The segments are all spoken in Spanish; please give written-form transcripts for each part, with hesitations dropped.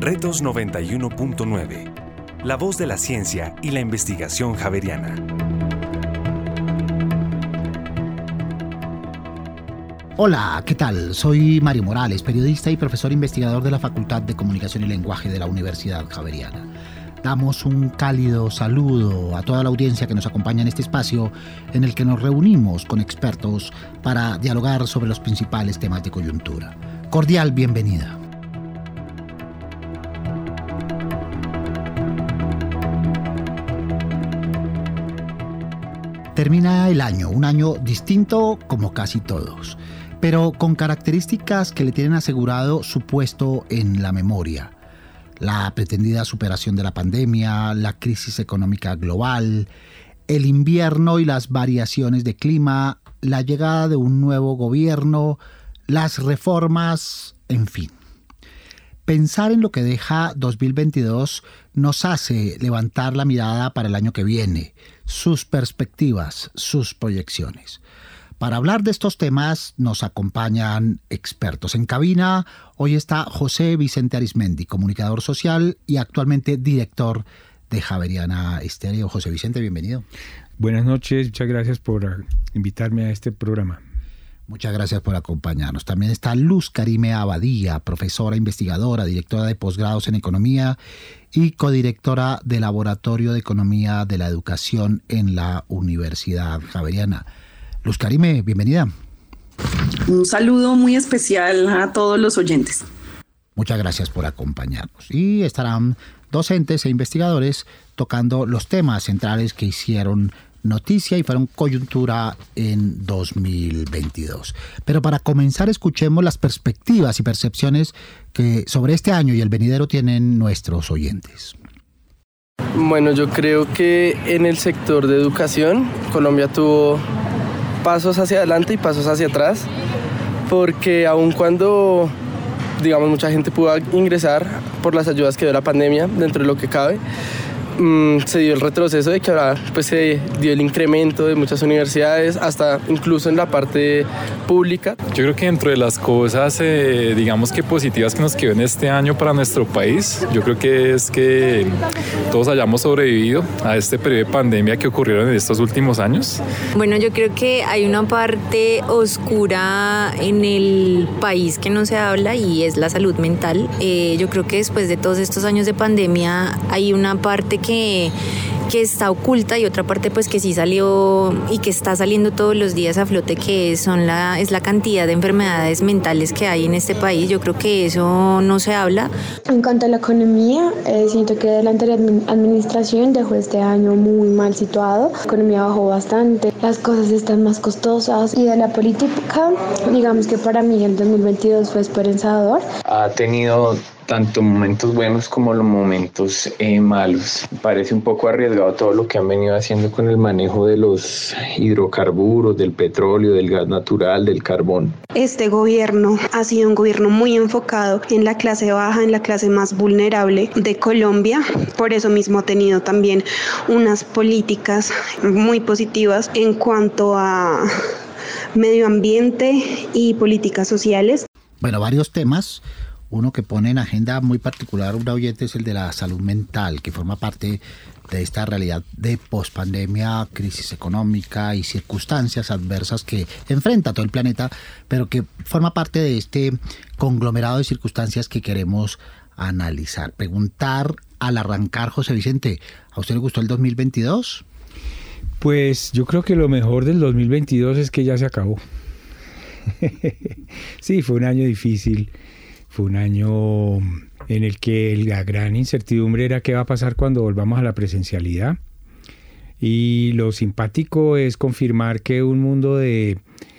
Retos 91.9. La voz de la ciencia y la investigación javeriana. Hola, ¿qué tal? Soy Mario Morales, periodista y profesor investigador de la Facultad de Comunicación y Lenguaje de la Universidad Javeriana. Damos un cálido saludo a toda la audiencia que nos acompaña en este espacio en el que nos reunimos con expertos para dialogar sobre los principales temas de coyuntura. Cordial bienvenida. Termina el año, un año distinto como casi todos, pero con características que le tienen asegurado su puesto en la memoria. La pretendida superación de la pandemia, la crisis económica global, el invierno y las variaciones de clima, la llegada de un nuevo gobierno, las reformas, en fin. Pensar en lo que deja 2022 nos hace levantar la mirada para el año que viene, sus perspectivas, sus proyecciones. Para hablar de estos temas nos acompañan expertos. En cabina hoy está José Vicente Arismendi, comunicador social y actualmente director de Javeriana Estéreo. José Vicente, bienvenido. Buenas noches, muchas gracias por invitarme a este programa. Muchas gracias por acompañarnos. También está Luz Karime Abadía, profesora investigadora, directora de posgrados en economía y codirectora del Laboratorio de Economía de la Educación en la Universidad Javeriana. Luz Karime, bienvenida. Un saludo muy especial a todos los oyentes. Muchas gracias por acompañarnos. Y estarán docentes e investigadores tocando los temas centrales que hicieron noticia y fueron coyuntura en 2022. Pero para comenzar, escuchemos las perspectivas y percepciones que sobre este año y el venidero tienen nuestros oyentes. Bueno, yo creo que en el sector de educación, Colombia tuvo pasos hacia adelante y pasos hacia atrás, porque aun cuando, digamos, mucha gente pudo ingresar por las ayudas que dio la pandemia, dentro de lo que cabe, se dio el retroceso de que ahora pues se dio el incremento de muchas universidades, hasta incluso en la parte pública. Yo creo que dentro de las cosas, digamos que positivas que nos quedó en este año para nuestro país, yo creo que es que todos hayamos sobrevivido a este periodo de pandemia que ocurrieron en estos últimos años. Bueno, yo creo que hay una parte oscura en el país que no se habla y es la salud mental. Yo creo que después de todos estos años de pandemia hay una parte que está oculta y otra parte pues que sí salió y que está saliendo todos los días a flote, que es la cantidad de enfermedades mentales que hay en este país. Yo creo que eso no se habla. En cuanto a la economía, siento que la anterior administración dejó este año muy mal situado. La economía bajó bastante, las cosas están más costosas, y de la política, digamos que para mí el 2022 fue esperanzador. Ha tenido tanto momentos buenos como los momentos malos. Parece un poco arriesgado todo lo que han venido haciendo con el manejo de los hidrocarburos, del petróleo, del gas natural, del carbón. Este gobierno ha sido un gobierno muy enfocado en la clase baja, en la clase más vulnerable de Colombia. Por eso mismo ha tenido también unas políticas muy positivas en cuanto a medio ambiente y políticas sociales. Bueno, varios temas. Uno que pone en agenda muy particular un oyente es el de la salud mental, que forma parte de esta realidad de pospandemia, crisis económica y circunstancias adversas que enfrenta todo el planeta, pero que forma parte de este conglomerado de circunstancias que queremos analizar. Preguntar al arrancar, José Vicente, ¿a usted le gustó el 2022? Pues yo creo que lo mejor del 2022 es que ya se acabó. Sí, fue un año difícil. Fue un año en el que la gran incertidumbre era qué va a pasar cuando volvamos a la presencialidad. Y lo simpático es confirmar que un mundo de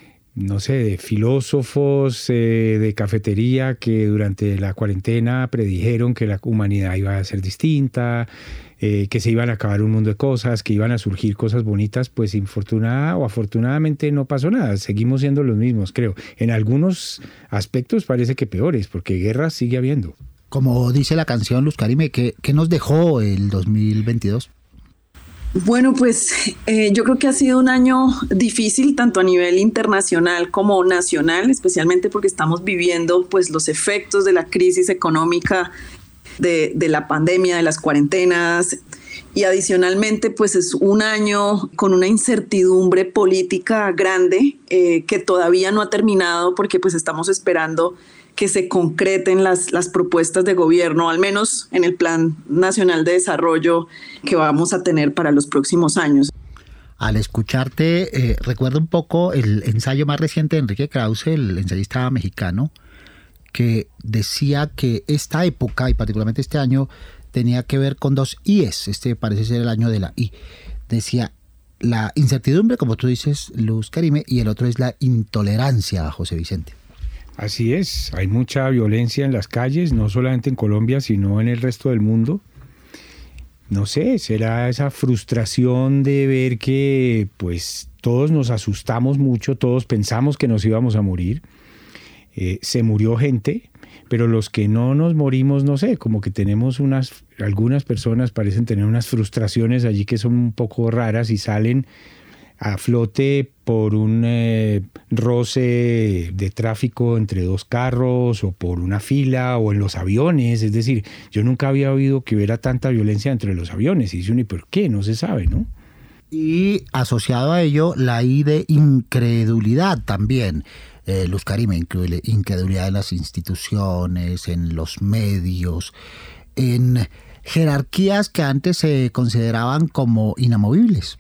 filósofos, de cafetería que durante la cuarentena predijeron que la humanidad iba a ser distinta, que se iban a acabar un mundo de cosas, que iban a surgir cosas bonitas, pues infortunada o afortunadamente no pasó nada. Seguimos siendo los mismos, creo. En algunos aspectos parece que peores, porque guerra sigue habiendo. Como dice la canción, Luz Karime, ¿qué nos dejó el 2022? Bueno, pues yo creo que ha sido un año difícil tanto a nivel internacional como nacional, especialmente porque estamos viviendo pues los efectos de la crisis económica de la pandemia, de las cuarentenas. Y adicionalmente, pues es un año con una incertidumbre política grande que todavía no ha terminado, porque pues estamos esperando que se concreten las propuestas de gobierno, al menos en el Plan Nacional de Desarrollo que vamos a tener para los próximos años. Al escucharte, recuerdo un poco el ensayo más reciente de Enrique Krause, el ensayista mexicano, que decía que esta época, y particularmente este año, tenía que ver con dos I's. Este parece ser el año de la I. Decía la incertidumbre, como tú dices, Luz Karime, y el otro es la intolerancia, José Vicente. Así es, hay mucha violencia en las calles, no solamente en Colombia, sino en el resto del mundo. No sé, será esa frustración de ver que pues todos nos asustamos mucho, todos pensamos que nos íbamos a morir. Se murió gente, pero los que no nos morimos, no sé, como que tenemos algunas personas parecen tener unas frustraciones allí que son un poco raras y salen a flote por un roce de tráfico entre dos carros o por una fila o en los aviones. Es decir, yo nunca había oído que hubiera tanta violencia entre los aviones. Y dice uno, ¿y por qué? No se sabe, ¿no? Y asociado a ello, la I de incredulidad también. Luz Karime, incredulidad en las instituciones, en los medios, en jerarquías que antes se consideraban como inamovibles.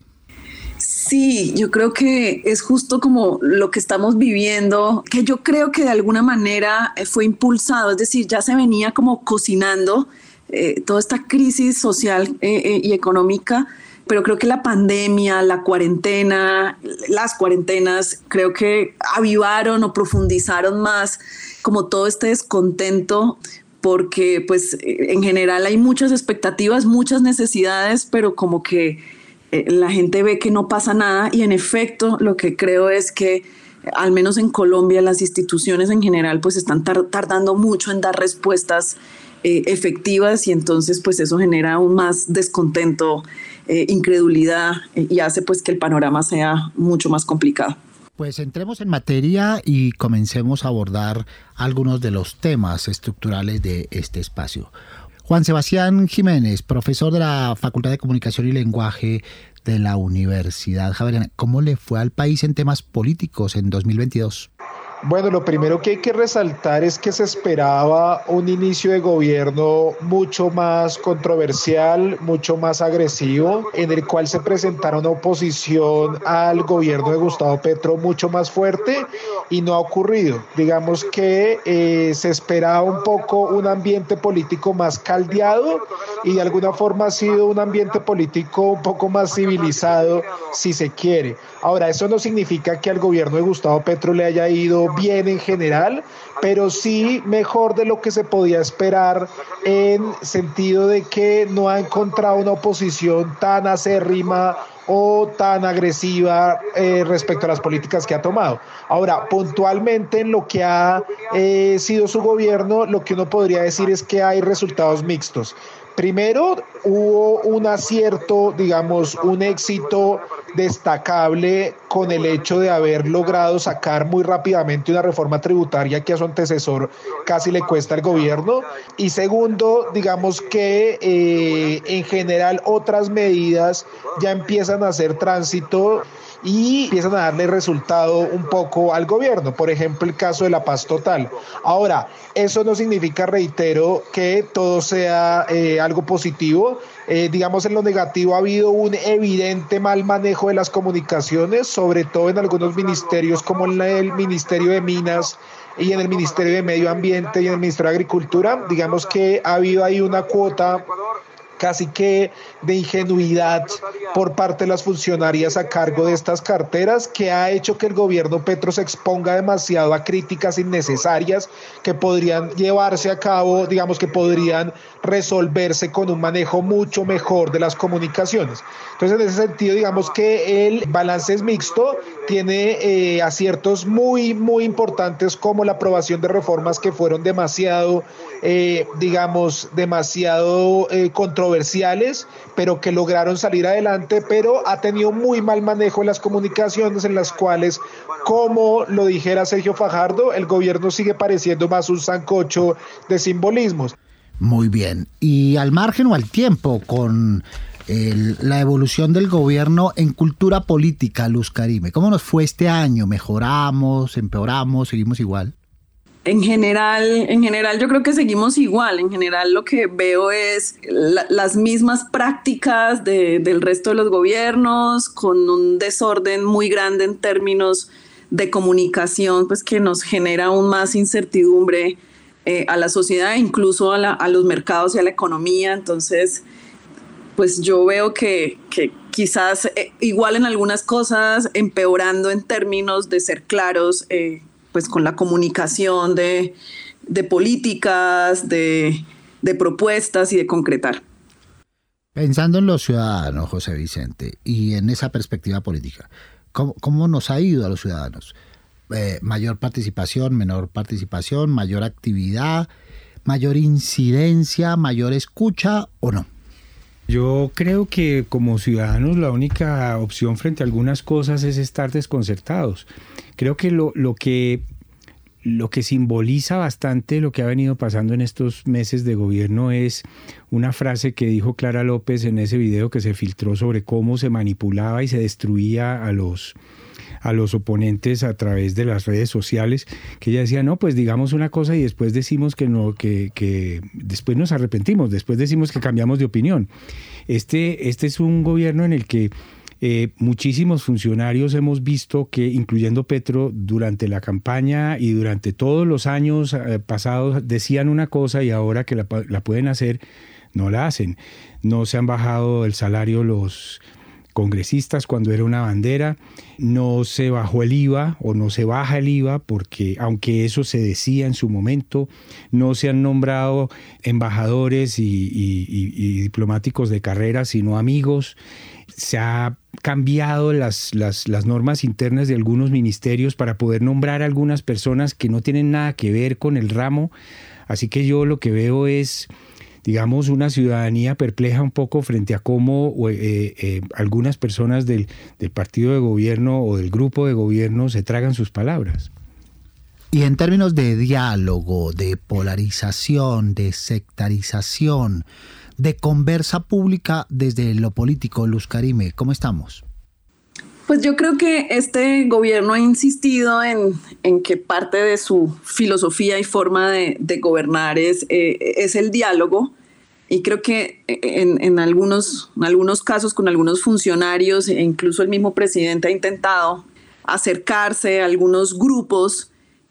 Sí, yo creo que es justo como lo que estamos viviendo, que yo creo que de alguna manera fue impulsado, es decir, ya se venía como cocinando toda esta crisis social y económica, pero creo que la pandemia, la cuarentena, las cuarentenas, creo que avivaron o profundizaron más como todo este descontento, porque pues en general hay muchas expectativas, muchas necesidades, pero como que la gente ve que no pasa nada, y en efecto lo que creo es que al menos en Colombia las instituciones en general pues están tardando mucho en dar respuestas efectivas, y entonces pues eso genera aún más descontento, incredulidad, y hace pues que el panorama sea mucho más complicado. Pues entremos en materia y comencemos a abordar algunos de los temas estructurales de este espacio. Juan Sebastián Jiménez, profesor de la Facultad de Comunicación y Lenguaje de la Universidad Javeriana. ¿Cómo le fue al país en temas políticos en 2022? Bueno, lo primero que hay que resaltar es que se esperaba un inicio de gobierno mucho más controversial, mucho más agresivo, en el cual se presentara una oposición al gobierno de Gustavo Petro mucho más fuerte, y no ha ocurrido. Digamos que se esperaba un poco un ambiente político más caldeado, y de alguna forma ha sido un ambiente político un poco más civilizado, si se quiere. Ahora, eso no significa que al gobierno de Gustavo Petro le haya ido bien en general, pero sí mejor de lo que se podía esperar, en sentido de que no ha encontrado una oposición tan acérrima o tan agresiva respecto a las políticas que ha tomado. Ahora, puntualmente en lo que ha sido su gobierno, lo que uno podría decir es que hay resultados mixtos. Primero, hubo un acierto, digamos, un éxito destacable con el hecho de haber logrado sacar muy rápidamente una reforma tributaria que a su antecesor casi le cuesta al gobierno. Y segundo, digamos que en general otras medidas ya empiezan a hacer tránsito y empiezan a darle resultado un poco al gobierno. Por ejemplo, el caso de la paz total. Ahora, eso no significa, reitero, que todo sea algo positivo. Digamos, en lo negativo ha habido un evidente mal manejo de las comunicaciones, sobre todo en algunos ministerios como en el Ministerio de Minas y en el Ministerio de Medio Ambiente y en el Ministerio de Agricultura. Digamos que ha habido ahí una cuota casi que de ingenuidad por parte de las funcionarias a cargo de estas carteras, que ha hecho que el gobierno Petro se exponga demasiado a críticas innecesarias que podrían llevarse a cabo, digamos que podrían resolverse con un manejo mucho mejor de las comunicaciones. Entonces, en ese sentido, digamos que el balance es mixto, tiene aciertos muy, muy importantes, como la aprobación de reformas que fueron demasiado controversiales, pero que lograron salir adelante, pero ha tenido muy mal manejo en las comunicaciones, en las cuales, como lo dijera Sergio Fajardo, el gobierno sigue pareciendo más un sancocho de simbolismos. Muy bien. Y al margen o al tiempo con la evolución del gobierno en cultura política, Luz Carime, ¿cómo nos fue este año? ¿Mejoramos, empeoramos, seguimos igual? En general yo creo que seguimos igual. En general lo que veo es las mismas prácticas del resto de los gobiernos, con un desorden muy grande en términos de comunicación, pues que nos genera aún más incertidumbre a la sociedad, incluso a los mercados y a la economía. Entonces, pues yo veo que quizás igual en algunas cosas, empeorando en términos de ser claros, pues con la comunicación de políticas, de propuestas y de concretar. Pensando en los ciudadanos, José Vicente, y en esa perspectiva política, ¿cómo nos ha ido a los ciudadanos? ¿Mayor participación, menor participación, mayor actividad, mayor incidencia, mayor escucha o no? Yo creo que como ciudadanos la única opción frente a algunas cosas es estar desconcertados. Creo que lo que simboliza bastante lo que ha venido pasando en estos meses de gobierno es una frase que dijo Clara López en ese video que se filtró sobre cómo se manipulaba y se destruía a los oponentes a través de las redes sociales, que ella decía, no, pues digamos una cosa y después decimos que no, que después nos arrepentimos, después decimos que cambiamos de opinión. Este es un gobierno en el que muchísimos funcionarios hemos visto que, incluyendo Petro, durante la campaña y durante todos los años pasados decían una cosa y ahora que la pueden hacer, no la hacen. No se han bajado el salario los congresistas cuando era una bandera, no se bajó el IVA o no se baja el IVA porque aunque eso se decía en su momento, no se han nombrado embajadores y diplomáticos de carrera, sino amigos. Se ha cambiado las normas internas de algunos ministerios para poder nombrar a algunas personas que no tienen nada que ver con el ramo. Así que yo lo que veo es, digamos, una ciudadanía perpleja un poco frente a cómo algunas personas del partido de gobierno o del grupo de gobierno se tragan sus palabras. Y en términos de diálogo, de polarización, de sectarización, de conversa pública desde lo político, Luz Carime, ¿cómo estamos? Pues yo creo que este gobierno ha insistido en que parte de su filosofía y forma de gobernar es el diálogo, y creo que en algunos casos con algunos funcionarios e incluso el mismo presidente ha intentado acercarse a algunos grupos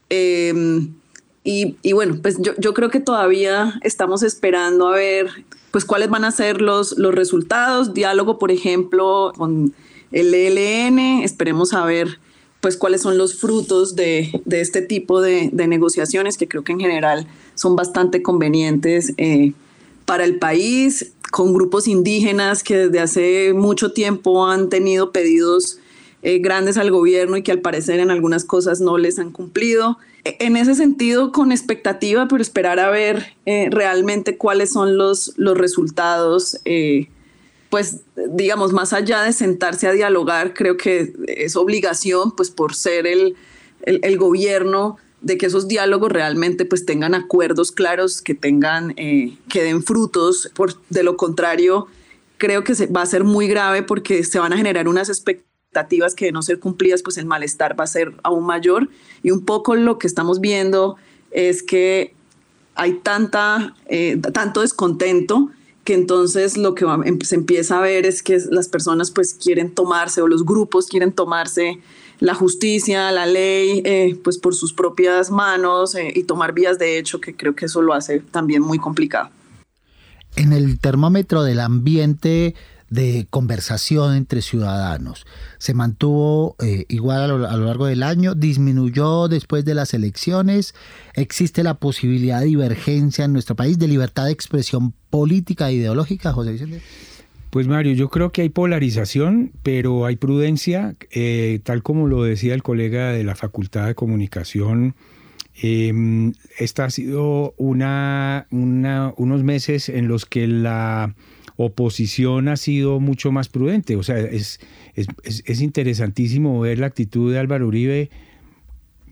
y bueno, pues yo creo que todavía estamos esperando a ver pues cuáles van a ser los resultados. Diálogo, por ejemplo, con el ELN, esperemos a ver pues cuáles son los frutos de este tipo de negociaciones, que creo que en general son bastante convenientes para el país, con grupos indígenas que desde hace mucho tiempo han tenido pedidos grandes al gobierno y que al parecer en algunas cosas no les han cumplido. En ese sentido, con expectativa, pero esperar a ver realmente cuáles son los resultados. Pues digamos, más allá de sentarse a dialogar, creo que es obligación, pues por ser el gobierno, de que esos diálogos realmente pues tengan acuerdos claros, que den frutos. De lo contrario, creo que va a ser muy grave porque se van a generar unas expectativas que de no ser cumplidas, pues el malestar va a ser aún mayor. Y un poco lo que estamos viendo es que hay tanto descontento que entonces lo que se empieza a ver es que las personas pues quieren tomarse, o los grupos quieren tomarse la justicia, la ley, pues por sus propias manos y tomar vías de hecho, que creo que eso lo hace también muy complicado. En el termómetro del ambiente de conversación entre ciudadanos, ¿se mantuvo igual a lo largo del año? ¿Disminuyó después de las elecciones? ¿Existe la posibilidad de divergencia en nuestro país, de libertad de expresión política e ideológica, José Vicente? Pues Mario, yo creo que hay polarización, pero hay prudencia, tal como lo decía el colega de la Facultad de Comunicación. Esta ha sido unos meses en los que la oposición ha sido mucho más prudente. O sea, es interesantísimo ver la actitud de Álvaro Uribe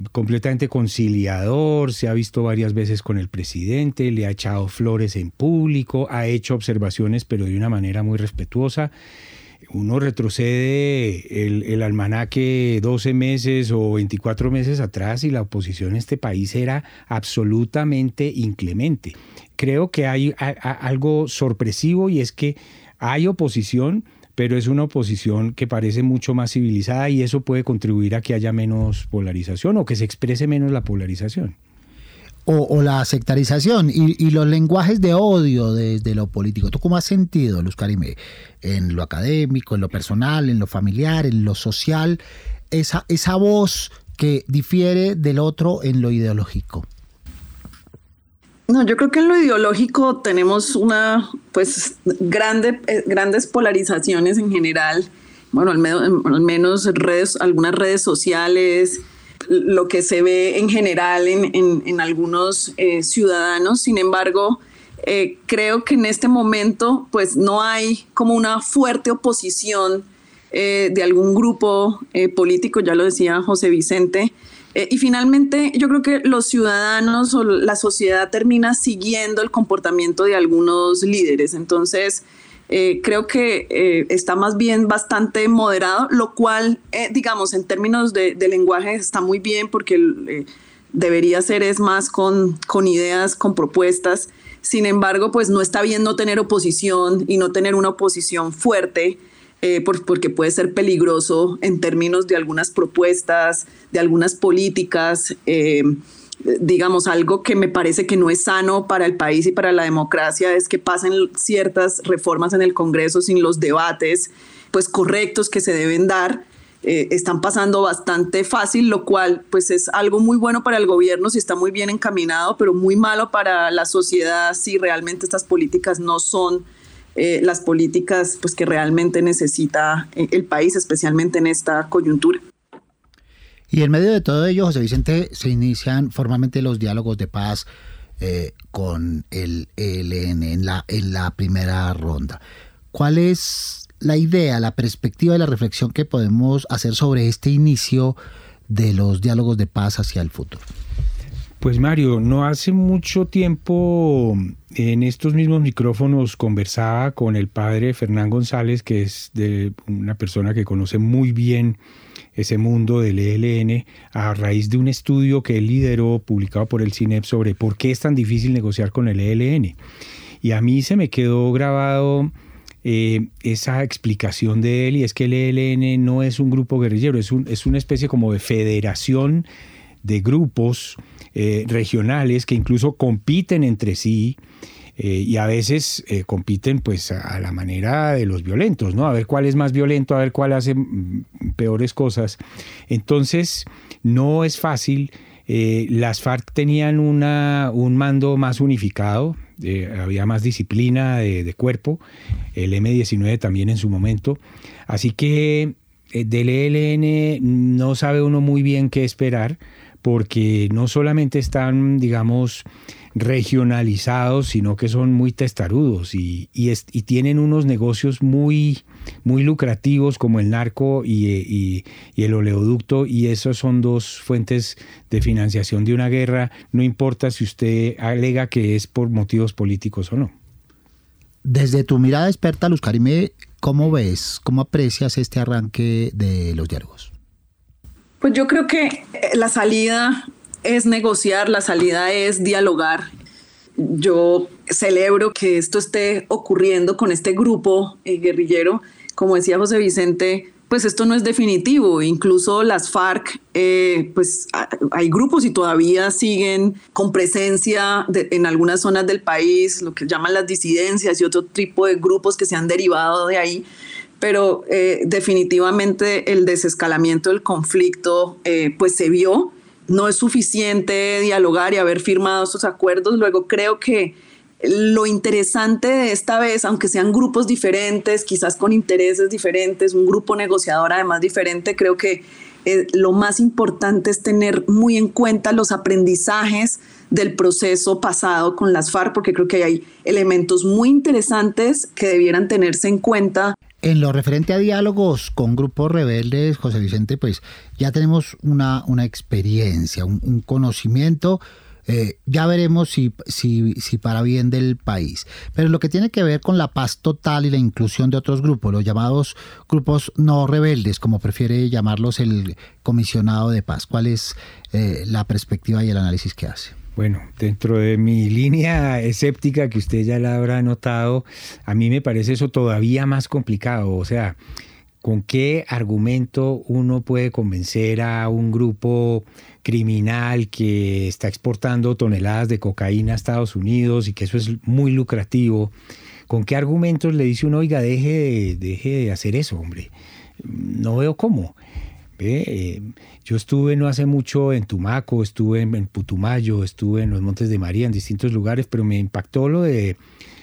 completamente conciliador, se ha visto varias veces con el presidente, le ha echado flores en público, ha hecho observaciones, pero de una manera muy respetuosa. Uno retrocede el almanaque 12 meses o 24 meses atrás y la oposición en este país era absolutamente inclemente. Creo que hay algo sorpresivo y es que hay oposición, pero es una oposición que parece mucho más civilizada y eso puede contribuir a que haya menos polarización o que se exprese menos la polarización. O la sectarización y los lenguajes de odio desde lo político. ¿Tú cómo has sentido, Luz Karime, en lo académico, en lo personal, en lo familiar, en lo social, esa voz que difiere del otro en lo ideológico? No, yo creo que en lo ideológico tenemos grandes polarizaciones en general. Bueno, al menos algunas redes sociales, lo que se ve en general en algunos ciudadanos. Sin embargo, creo que en este momento pues no hay como una fuerte oposición de algún grupo político, ya lo decía José Vicente. Y finalmente yo creo que los ciudadanos o la sociedad termina siguiendo el comportamiento de algunos líderes. Entonces creo que está más bien bastante moderado, lo cual digamos en términos de lenguaje está muy bien porque debería ser es más con ideas, con propuestas. Sin embargo, pues no está bien no tener oposición y no tener una oposición fuerte, porque puede ser peligroso en términos de algunas propuestas, de algunas políticas, digamos, algo que me parece que no es sano para el país y para la democracia es que pasen ciertas reformas en el Congreso sin los debates pues correctos que se deben dar. Están pasando bastante fácil, lo cual pues es algo muy bueno para el gobierno si está muy bien encaminado, pero muy malo para la sociedad si realmente estas políticas no son las políticas pues, que realmente necesita el país, especialmente en esta coyuntura. Y en medio de todo ello, José Vicente, se inician formalmente los diálogos de paz con el ELN en la primera ronda. ¿Cuál es la idea, la perspectiva y la reflexión que podemos hacer sobre este inicio de los diálogos de paz hacia el futuro? Pues Mario, no hace mucho tiempo en estos mismos micrófonos conversaba con el padre Fernán González, que es de una persona que conoce muy bien ese mundo del ELN, a raíz de un estudio que él lideró, publicado por el CINEP, sobre por qué es tan difícil negociar con el ELN. Y a mí se me quedó grabado esa explicación de él, y es que el ELN no es un grupo guerrillero, es una especie como de federación de grupos regionales que incluso compiten entre sí y a veces compiten pues a la manera de los violentos, ¿no? A ver cuál es más violento, a ver cuál hace peores cosas. Entonces no es fácil. Las FARC tenían un mando más unificado, había más disciplina de cuerpo, el M-19 también en su momento, así que del ELN no sabe uno muy bien qué esperar, porque no solamente están, digamos, regionalizados, sino que son muy testarudos y tienen unos negocios muy, muy lucrativos como el narco y el oleoducto, y esos son dos fuentes de financiación de una guerra, no importa si usted alega que es por motivos políticos o no. Desde tu mirada experta, Luz Karime, ¿cómo ves, cómo aprecias este arranque de los diálogos? Pues yo creo que la salida es negociar, la salida es dialogar. Yo celebro que esto esté ocurriendo con este grupo guerrillero. Como decía José Vicente, pues esto no es definitivo. Incluso las FARC, pues hay grupos y todavía siguen con presencia en algunas zonas del país, lo que llaman las disidencias y otro tipo de grupos que se han derivado de ahí. Pero definitivamente el desescalamiento del conflicto pues se vio. No es suficiente dialogar y haber firmado estos acuerdos. Luego creo que lo interesante de esta vez, aunque sean grupos diferentes, quizás con intereses diferentes, un grupo negociador además diferente, creo que lo más importante es tener muy en cuenta los aprendizajes del proceso pasado con las FARC, porque creo que hay elementos muy interesantes que debieran tenerse en cuenta. En lo referente a diálogos con grupos rebeldes, José Vicente, pues ya tenemos una experiencia, un conocimiento. Ya veremos si para bien del país. Pero lo que tiene que ver con la paz total y la inclusión de otros grupos, los llamados grupos no rebeldes, como prefiere llamarlos el comisionado de paz, ¿cuál es la perspectiva y el análisis que hace? Bueno, dentro de mi línea escéptica, que usted ya la habrá notado, a mí me parece eso todavía más complicado. O sea, ¿con qué argumento uno puede convencer a un grupo criminal que está exportando toneladas de cocaína a Estados Unidos y que eso es muy lucrativo? ¿Con qué argumentos le dice uno, oiga, deje de hacer eso, hombre? No veo cómo. Yo estuve no hace mucho en Tumaco, estuve en Putumayo, estuve en los Montes de María, en distintos lugares, pero me impactó lo de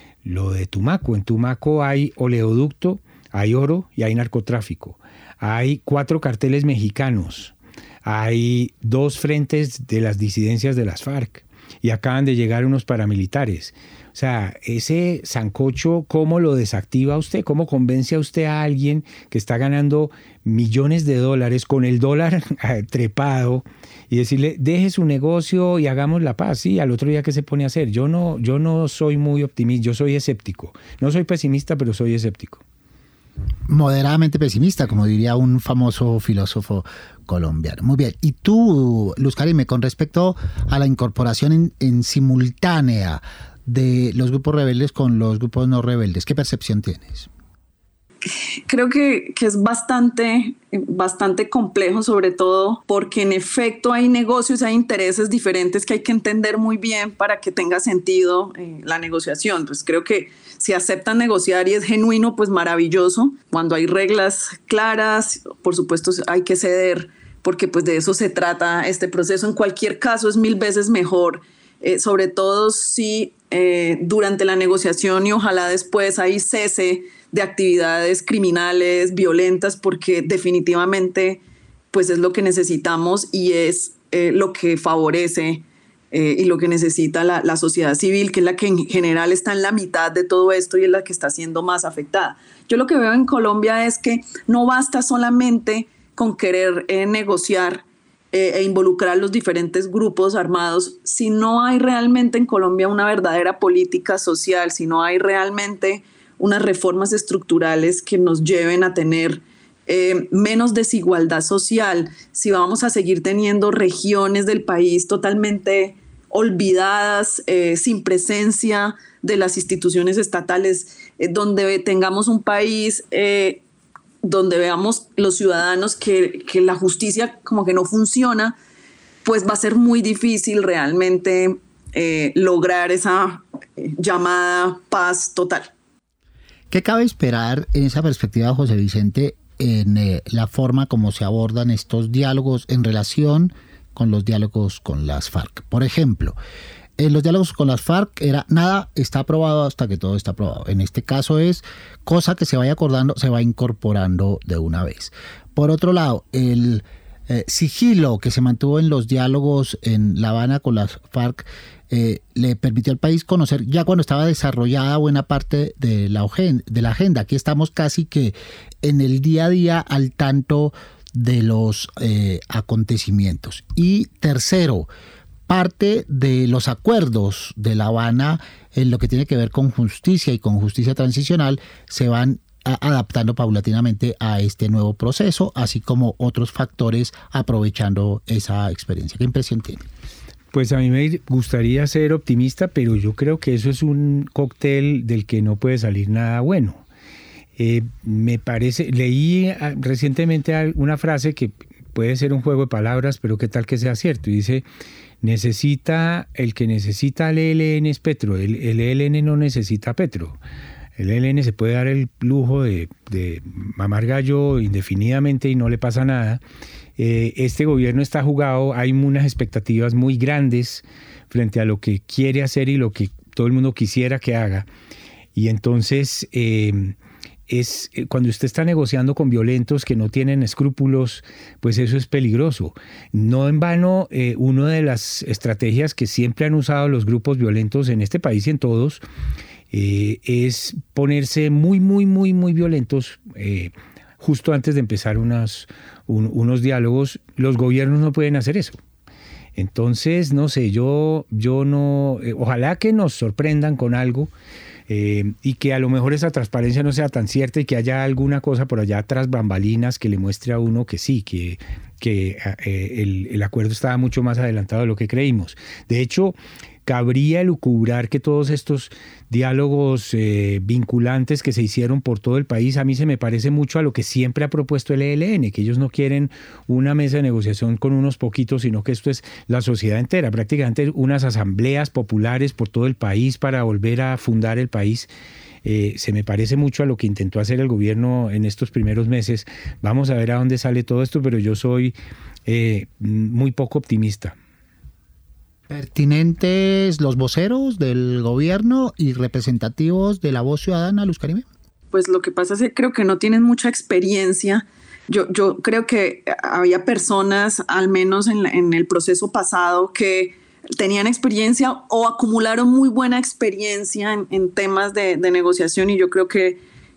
Tumaco. En Tumaco hay oleoducto, hay oro y hay narcotráfico. Hay 4 carteles mexicanos. Hay 2 frentes de las disidencias de las FARC. Y acaban de llegar unos paramilitares. O sea, ese sancocho, ¿cómo lo desactiva usted? ¿Cómo convence a usted a alguien que está ganando millones de dólares con el dólar trepado y decirle, deje su negocio y hagamos la paz? Sí, al otro día, ¿qué se pone a hacer? Yo no soy muy optimista, yo soy escéptico. No soy pesimista, pero soy escéptico. Moderadamente pesimista, como diría un famoso filósofo colombiano. Muy bien. Y tú, Luz Karime, con respecto a la incorporación en simultánea de los grupos rebeldes con los grupos no rebeldes, ¿qué percepción tienes? Creo que es bastante complejo, sobre todo porque en efecto hay negocios, hay intereses diferentes que hay que entender muy bien para que tenga sentido la negociación. Pues creo que si aceptan negociar y es genuino, pues maravilloso. Cuando hay reglas claras, por supuesto hay que ceder, porque pues de eso se trata este proceso. En cualquier caso es 1000 veces mejor, sobre todo si durante la negociación y ojalá después hay cese de actividades criminales, violentas, porque definitivamente pues es lo que necesitamos y es lo que favorece y lo que necesita la sociedad civil, que es la que en general está en la mitad de todo esto y es la que está siendo más afectada. Yo lo que veo en Colombia es que no basta solamente con querer negociar e involucrar a los diferentes grupos armados, si no hay realmente en Colombia una verdadera política social, si no hay realmente unas reformas estructurales que nos lleven a tener menos desigualdad social, si vamos a seguir teniendo regiones del país totalmente olvidadas, sin presencia de las instituciones estatales, donde tengamos un país donde veamos los ciudadanos que la justicia como que no funciona, pues va a ser muy difícil realmente lograr esa llamada paz total. ¿Qué cabe esperar en esa perspectiva, José Vicente, en la forma como se abordan estos diálogos en relación con los diálogos con las FARC? Por ejemplo, en los diálogos con las FARC era nada está aprobado hasta que todo está aprobado. En este caso es cosa que se vaya acordando, se va incorporando de una vez. Por otro lado, el sigilo que se mantuvo en los diálogos en La Habana con las FARC le permitió al país conocer ya cuando estaba desarrollada buena parte de la agenda. Aquí estamos casi que en el día a día al tanto de los acontecimientos. Y tercero, parte de los acuerdos de La Habana en lo que tiene que ver con justicia y con justicia transicional se van adaptando paulatinamente a este nuevo proceso, así como otros factores aprovechando esa experiencia. ¿Qué impresión tiene? Pues a mí me gustaría ser optimista, pero yo creo que eso es un cóctel del que no puede salir nada bueno. Me parece, leí recientemente una frase que puede ser un juego de palabras, pero qué tal que sea cierto. Y dice, el que necesita al ELN es Petro, el ELN no necesita a Petro. El ELN se puede dar el lujo de mamar gallo indefinidamente y no le pasa nada. Este gobierno está jugado, hay unas expectativas muy grandes frente a lo que quiere hacer y lo que todo el mundo quisiera que haga. Y entonces cuando usted está negociando con violentos que no tienen escrúpulos, pues eso es peligroso. No en vano, una de las estrategias que siempre han usado los grupos violentos en este país y en todos es ponerse muy, muy, muy, muy violentos justo antes de empezar unos diálogos. Los gobiernos no pueden hacer eso. Entonces, no sé, yo no, ojalá que nos sorprendan con algo y que a lo mejor esa transparencia no sea tan cierta y que haya alguna cosa por allá tras bambalinas que le muestre a uno que sí, que el acuerdo estaba mucho más adelantado de lo que creímos. De hecho, cabría elucubrar que todos estos diálogos vinculantes que se hicieron por todo el país, a mí se me parece mucho a lo que siempre ha propuesto el ELN, que ellos no quieren una mesa de negociación con unos poquitos, sino que esto es la sociedad entera, prácticamente unas asambleas populares por todo el país para volver a fundar el país. Se me parece mucho a lo que intentó hacer el gobierno en estos primeros meses. Vamos a ver a dónde sale todo esto, pero yo soy muy poco optimista. ¿Pertinentes los voceros del gobierno y representativos de la Voz Ciudadana, Luz Karime? Pues lo que pasa es que creo que no tienen mucha experiencia. Yo creo que había personas, al menos en el proceso pasado, que tenían experiencia o acumularon muy buena experiencia en temas de negociación, y yo creo que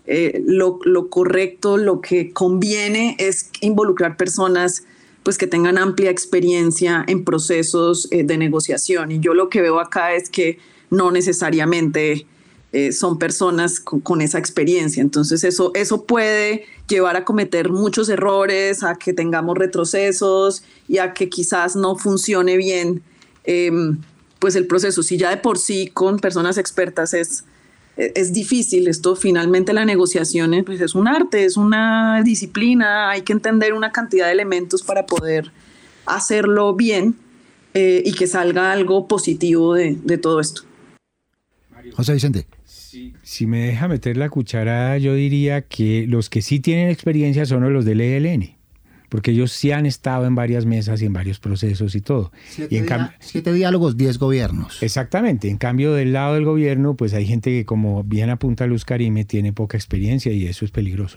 lo correcto, lo que conviene es involucrar personas pues que tengan amplia experiencia en procesos de negociación. Y yo lo que veo acá es que no necesariamente son personas con esa experiencia. Entonces eso puede llevar a cometer muchos errores, a que tengamos retrocesos y a que quizás no funcione bien pues el proceso. Si ya de por sí con personas expertas es difícil, esto finalmente la negociación pues es un arte, es una disciplina, hay que entender una cantidad de elementos para poder hacerlo bien y que salga algo positivo de todo esto. José Vicente. Si me deja meter la cucharada, yo diría que los que sí tienen experiencia son los del ELN, porque ellos sí han estado en varias mesas y en varios procesos y todo. 7 diálogos, 10 gobiernos. Exactamente. En cambio, del lado del gobierno, pues hay gente que, como bien apunta Luz Karime, tiene poca experiencia y eso es peligroso.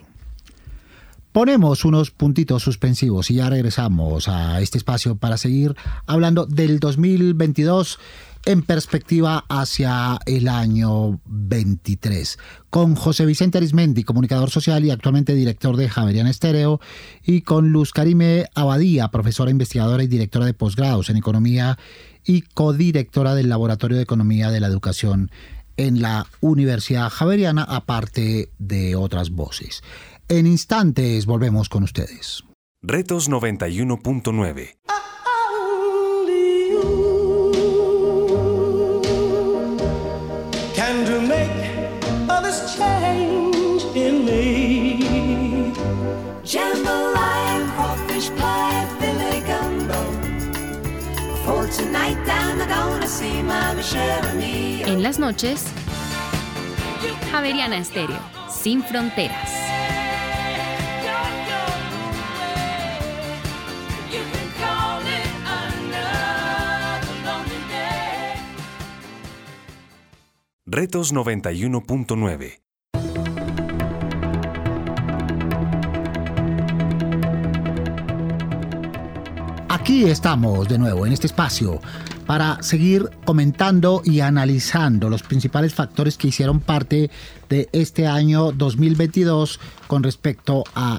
Ponemos unos puntitos suspensivos y ya regresamos a este espacio para seguir hablando del 2022 en perspectiva hacia el año 23, con José Vicente Arizmendi, comunicador social y actualmente director de Javeriana Estéreo, y con Luz Karime Abadía, profesora investigadora y directora de posgrados en economía y codirectora del Laboratorio de Economía de la Educación en la Universidad Javeriana, aparte de otras voces. En instantes volvemos con ustedes. Retos 91.9. Jambalaya, crawfish pie, filet gumbo. For tonight I'm gonna see my Michelle me. En las noches, Javeriana Estéreo, sin fronteras. Retos 91.9. Aquí estamos de nuevo en este espacio para seguir comentando y analizando los principales factores que hicieron parte de este año 2022 con respecto a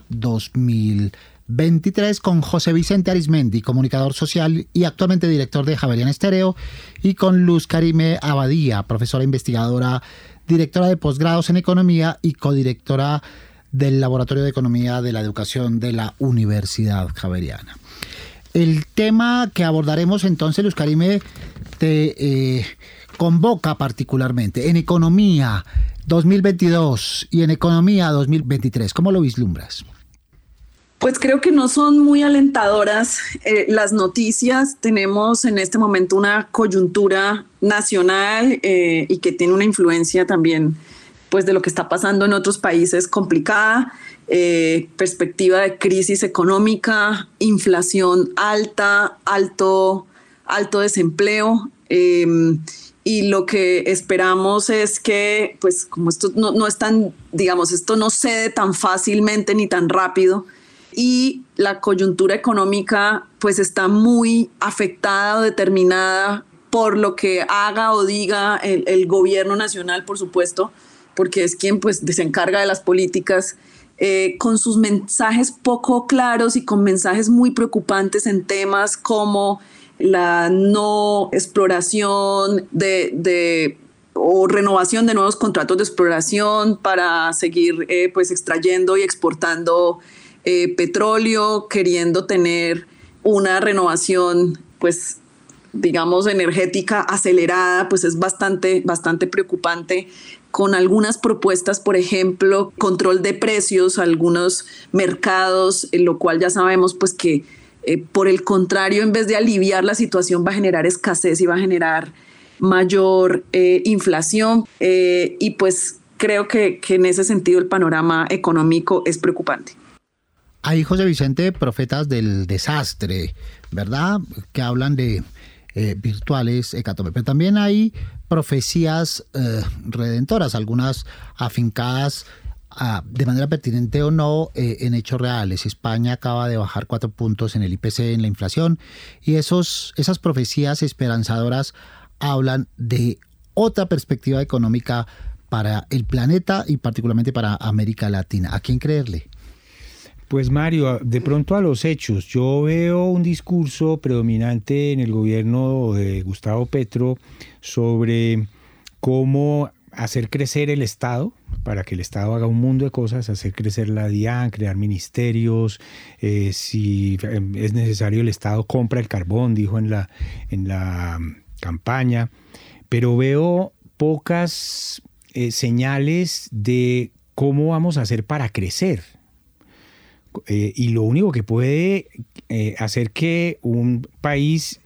2023 con José Vicente Arizmendi, comunicador social y actualmente director de Javeriana Estéreo, y con Luz Karime Abadía, profesora investigadora, directora de posgrados en economía y codirectora del Laboratorio de Economía de la Educación de la Universidad Javeriana. El tema que abordaremos entonces, Luz Karime, te convoca particularmente en economía 2022 y en economía 2023. ¿Cómo lo vislumbras? Pues creo que no son muy alentadoras las noticias. Tenemos en este momento una coyuntura nacional y que tiene una influencia también pues, de lo que está pasando en otros países complicada. Perspectiva de crisis económica, inflación alta, alto desempleo, y lo que esperamos es que, pues como esto no es tan, digamos, esto no cede tan fácilmente ni tan rápido, y la coyuntura económica pues está muy afectada o determinada por lo que haga o diga el gobierno nacional, por supuesto, porque es quien pues se encarga de las políticas, con sus mensajes poco claros y con mensajes muy preocupantes en temas como la no exploración o renovación de nuevos contratos de exploración para seguir pues extrayendo y exportando petróleo, queriendo tener una renovación pues digamos energética acelerada, pues es bastante preocupante, con algunas propuestas, por ejemplo, control de precios, algunos mercados, en lo cual ya sabemos pues que por el contrario, en vez de aliviar la situación, va a generar escasez y va a generar mayor inflación. Y pues creo que en ese sentido el panorama económico es preocupante. Hay, José Vicente, profetas del desastre, ¿verdad? Que hablan de virtuales hecatombe, pero también hay profecías redentoras, algunas afincadas de manera pertinente o no en hechos reales. España acaba de bajar 4 puntos en el IPC, en la inflación, y esas profecías esperanzadoras hablan de otra perspectiva económica para el planeta y particularmente para América Latina. ¿A quién creerle? Pues Mario, de pronto a los hechos. Yo veo un discurso predominante en el gobierno de Gustavo Petro sobre cómo hacer crecer el Estado, para que el Estado haga un mundo de cosas, hacer crecer la DIAN, crear ministerios, si es necesario el Estado compra el carbón, dijo en la campaña, pero veo pocas señales de cómo vamos a hacer para crecer. Y lo único que puede hacer que un país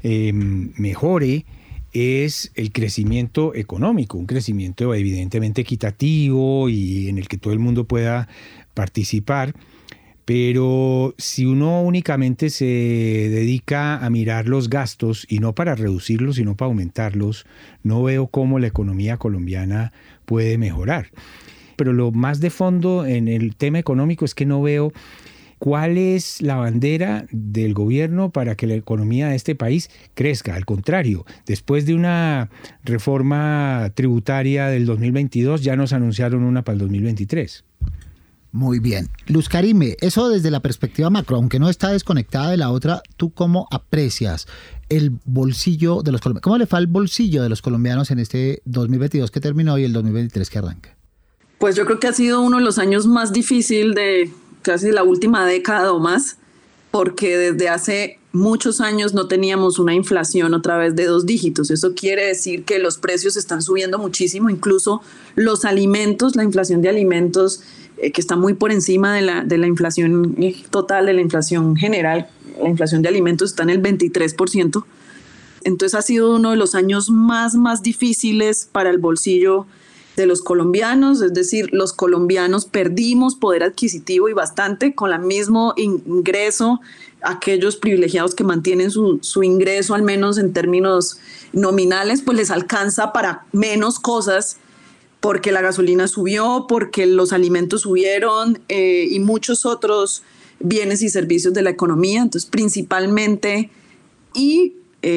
mejore es el crecimiento económico, un crecimiento evidentemente equitativo y en el que todo el mundo pueda participar. Pero si uno únicamente se dedica a mirar los gastos, y no para reducirlos, sino para aumentarlos, no veo cómo la economía colombiana puede mejorar. Pero lo más de fondo en el tema económico es que no veo cuál es la bandera del gobierno para que la economía de este país crezca. Al contrario, después de una reforma tributaria del 2022, ya nos anunciaron una para el 2023. Muy bien. Luz Karime, eso desde la perspectiva macro, aunque no está desconectada de la otra, ¿tú cómo aprecias el bolsillo de los colombianos? ¿Cómo le fue al bolsillo de los colombianos en este 2022 que terminó y el 2023 que arranca? Pues yo creo que ha sido uno de los años más difíciles de casi la última década o más, porque desde hace muchos años no teníamos una inflación otra vez de 2 dígitos. Eso quiere decir que los precios están subiendo muchísimo, incluso los alimentos, la inflación de alimentos, que está muy por encima de la inflación total, de la inflación general. La inflación de alimentos está en el 23%. Entonces ha sido uno de los años más difíciles para el bolsillo de los colombianos, es decir, los colombianos perdimos poder adquisitivo y bastante con el mismo ingreso. Aquellos privilegiados que mantienen su ingreso, al menos en términos nominales, pues les alcanza para menos cosas, porque la gasolina subió, porque los alimentos subieron y muchos otros bienes y servicios de la economía. Entonces, principalmente, y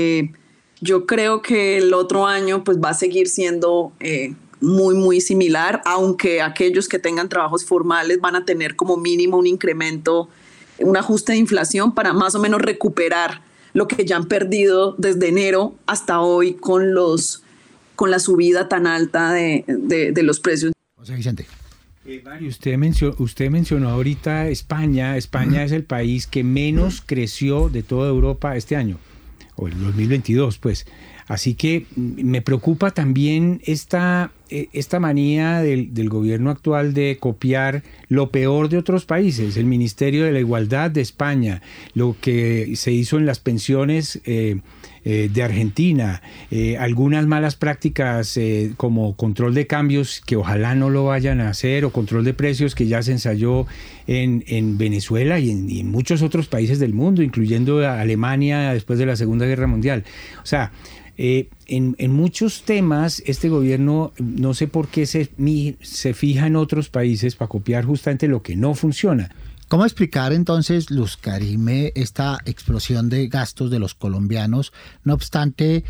yo creo que el otro año pues va a seguir siendo muy similar, aunque aquellos que tengan trabajos formales van a tener como mínimo un incremento, un ajuste de inflación para más o menos recuperar lo que ya han perdido desde enero hasta hoy con la subida tan alta de los precios. José Vicente. Mario, usted mencionó ahorita España. España es el país que menos creció de toda Europa este año, o el 2022, pues. Así que me preocupa también esta manía del gobierno actual de copiar lo peor de otros países. El Ministerio de la Igualdad de España, lo que se hizo en las pensiones de Argentina, algunas malas prácticas como control de cambios, que ojalá no lo vayan a hacer, o control de precios, que ya se ensayó en Venezuela y en muchos otros países del mundo, incluyendo a Alemania después de la Segunda Guerra Mundial. O sea, en muchos temas este gobierno no sé por qué se fija en otros países para copiar justamente lo que no funciona. ¿Cómo explicar entonces, Luz Karime, esta explosión de gastos de los colombianos? No obstante,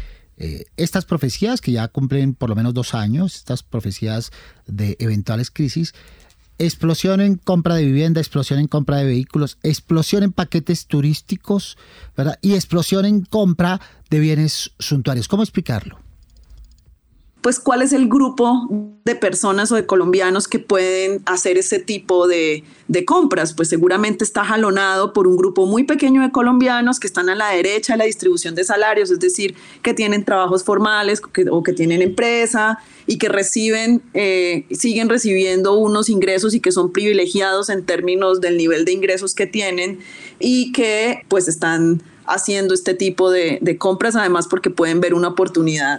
estas profecías que ya cumplen por lo menos 2 años, estas profecías de eventuales crisis, explosión en compra de vivienda, explosión en compra de vehículos, explosión en paquetes turísticos, ¿verdad? Y explosión en compra de bienes suntuarios. ¿Cómo explicarlo? Pues cuál es el grupo de personas o de colombianos que pueden hacer ese tipo de compras. Pues seguramente está jalonado por un grupo muy pequeño de colombianos que están a la derecha de la distribución de salarios, es decir, que tienen trabajos formales o que tienen empresa y que siguen recibiendo unos ingresos y que son privilegiados en términos del nivel de ingresos que tienen y que pues están haciendo este tipo de compras, además porque pueden ver una oportunidad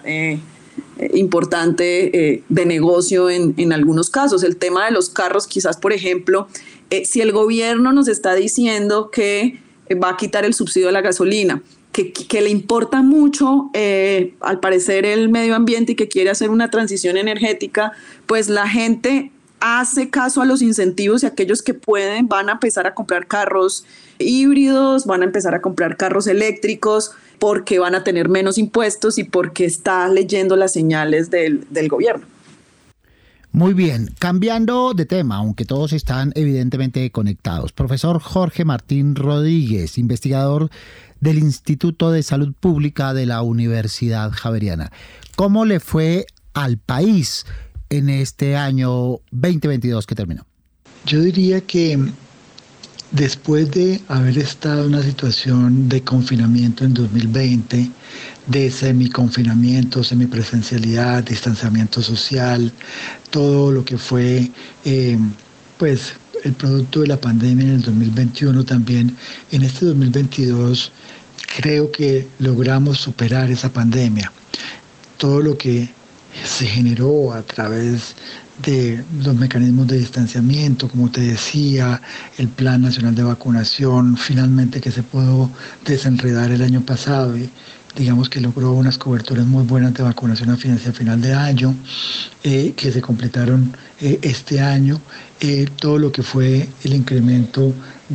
importante de negocio en algunos casos. El tema de los carros, quizás, por ejemplo, si el gobierno nos está diciendo que va a quitar el subsidio de la gasolina, que le importa mucho, al parecer, el medio ambiente y que quiere hacer una transición energética, pues la gente hace caso a los incentivos y aquellos que pueden van a empezar a comprar carros híbridos, van a empezar a comprar carros eléctricos porque van a tener menos impuestos y porque está leyendo las señales del gobierno. Muy bien, cambiando de tema, aunque todos están evidentemente conectados. Profesor Jorge Martín Rodríguez, investigador del Instituto de Salud Pública de la Universidad Javeriana. ¿Cómo le fue al país en este año 2022 que terminó? Yo diría que después de haber estado en una situación de confinamiento en 2020, de semiconfinamiento, semipresencialidad, distanciamiento social, todo lo que fue pues el producto de la pandemia en el 2021 también, en este 2022 creo que logramos superar esa pandemia. Todo lo que se generó a través de los mecanismos de distanciamiento, como te decía, el Plan Nacional de Vacunación, finalmente que se pudo desenredar el año pasado y digamos que logró unas coberturas muy buenas de vacunación hacia final de año, que se completaron este año, todo lo que fue el incremento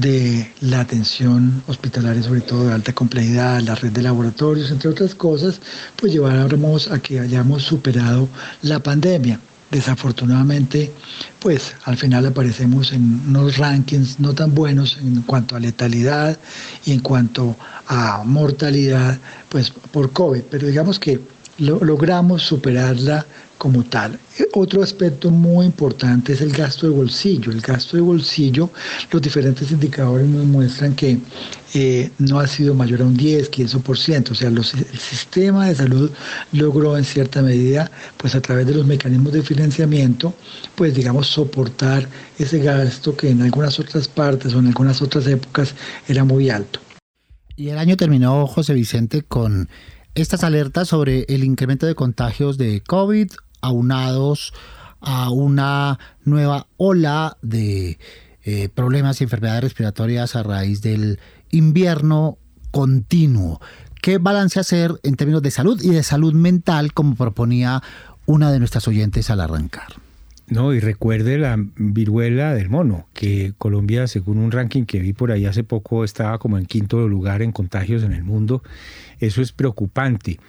de la atención hospitalaria, sobre todo de alta complejidad, la red de laboratorios, entre otras cosas, pues lleváramos a que hayamos superado la pandemia. Desafortunadamente, pues al final aparecemos en unos rankings no tan buenos en cuanto a letalidad y en cuanto a mortalidad, pues por COVID, pero digamos que logramos superarla como tal. Otro aspecto muy importante es el gasto de bolsillo. El gasto de bolsillo, los diferentes indicadores nos muestran que no ha sido mayor a un 10, 15%. O sea, el sistema de salud logró en cierta medida, pues a través de los mecanismos de financiamiento, pues digamos soportar ese gasto que en algunas otras partes o en algunas otras épocas era muy alto. Y el año terminó, José Vicente, con estas alertas sobre el incremento de contagios de COVID, aunados a una nueva ola de problemas y enfermedades respiratorias a raíz del invierno continuo. ¿Qué balance hacer en términos de salud y de salud mental, como proponía una de nuestras oyentes al arrancar? No, y recuerde la viruela del mono, que Colombia, según un ranking que vi por ahí hace poco, estaba como en 5º lugar en contagios en el mundo. Eso es preocupante.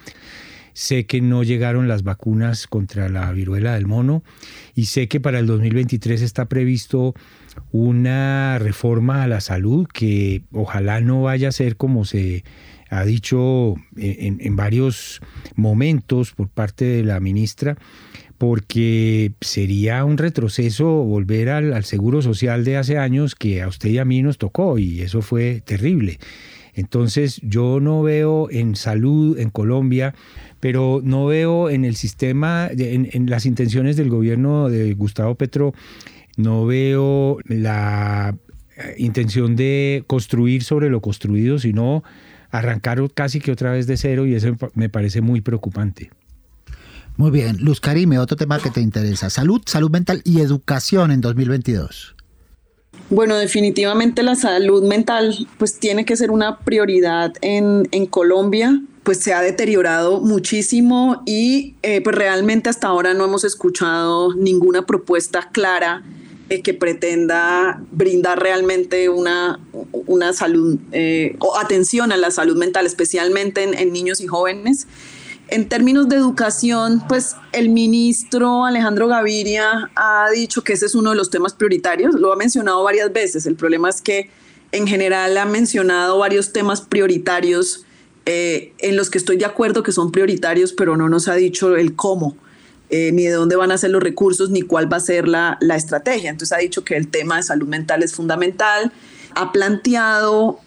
Sé que no llegaron las vacunas contra la viruela del mono y sé que para el 2023 está previsto una reforma a la salud que ojalá no vaya a ser como se ha dicho en varios momentos por parte de la ministra, porque sería un retroceso volver al seguro social de hace años que a usted y a mí nos tocó y eso fue terrible. Entonces yo no veo en salud en Colombia, pero no veo en el sistema, en las intenciones del gobierno de Gustavo Petro, no veo la intención de construir sobre lo construido, sino arrancar casi que otra vez de cero, y eso me parece muy preocupante. Muy bien. Luz Karime, otro tema que te interesa. Salud, salud mental y educación en 2022. Bueno, definitivamente la salud mental pues tiene que ser una prioridad en Colombia. Pues se ha deteriorado muchísimo y pues realmente hasta ahora no hemos escuchado ninguna propuesta clara que pretenda brindar realmente una salud o atención a la salud mental, especialmente en niños y jóvenes. En términos de educación, pues el ministro Alejandro Gaviria ha dicho que ese es uno de los temas prioritarios, lo ha mencionado varias veces. El problema es que en general ha mencionado varios temas prioritarios en los que estoy de acuerdo que son prioritarios, pero no nos ha dicho el cómo, ni de dónde van a ser los recursos, ni cuál va a ser la estrategia. Entonces ha dicho que el tema de salud mental es fundamental, ha planteado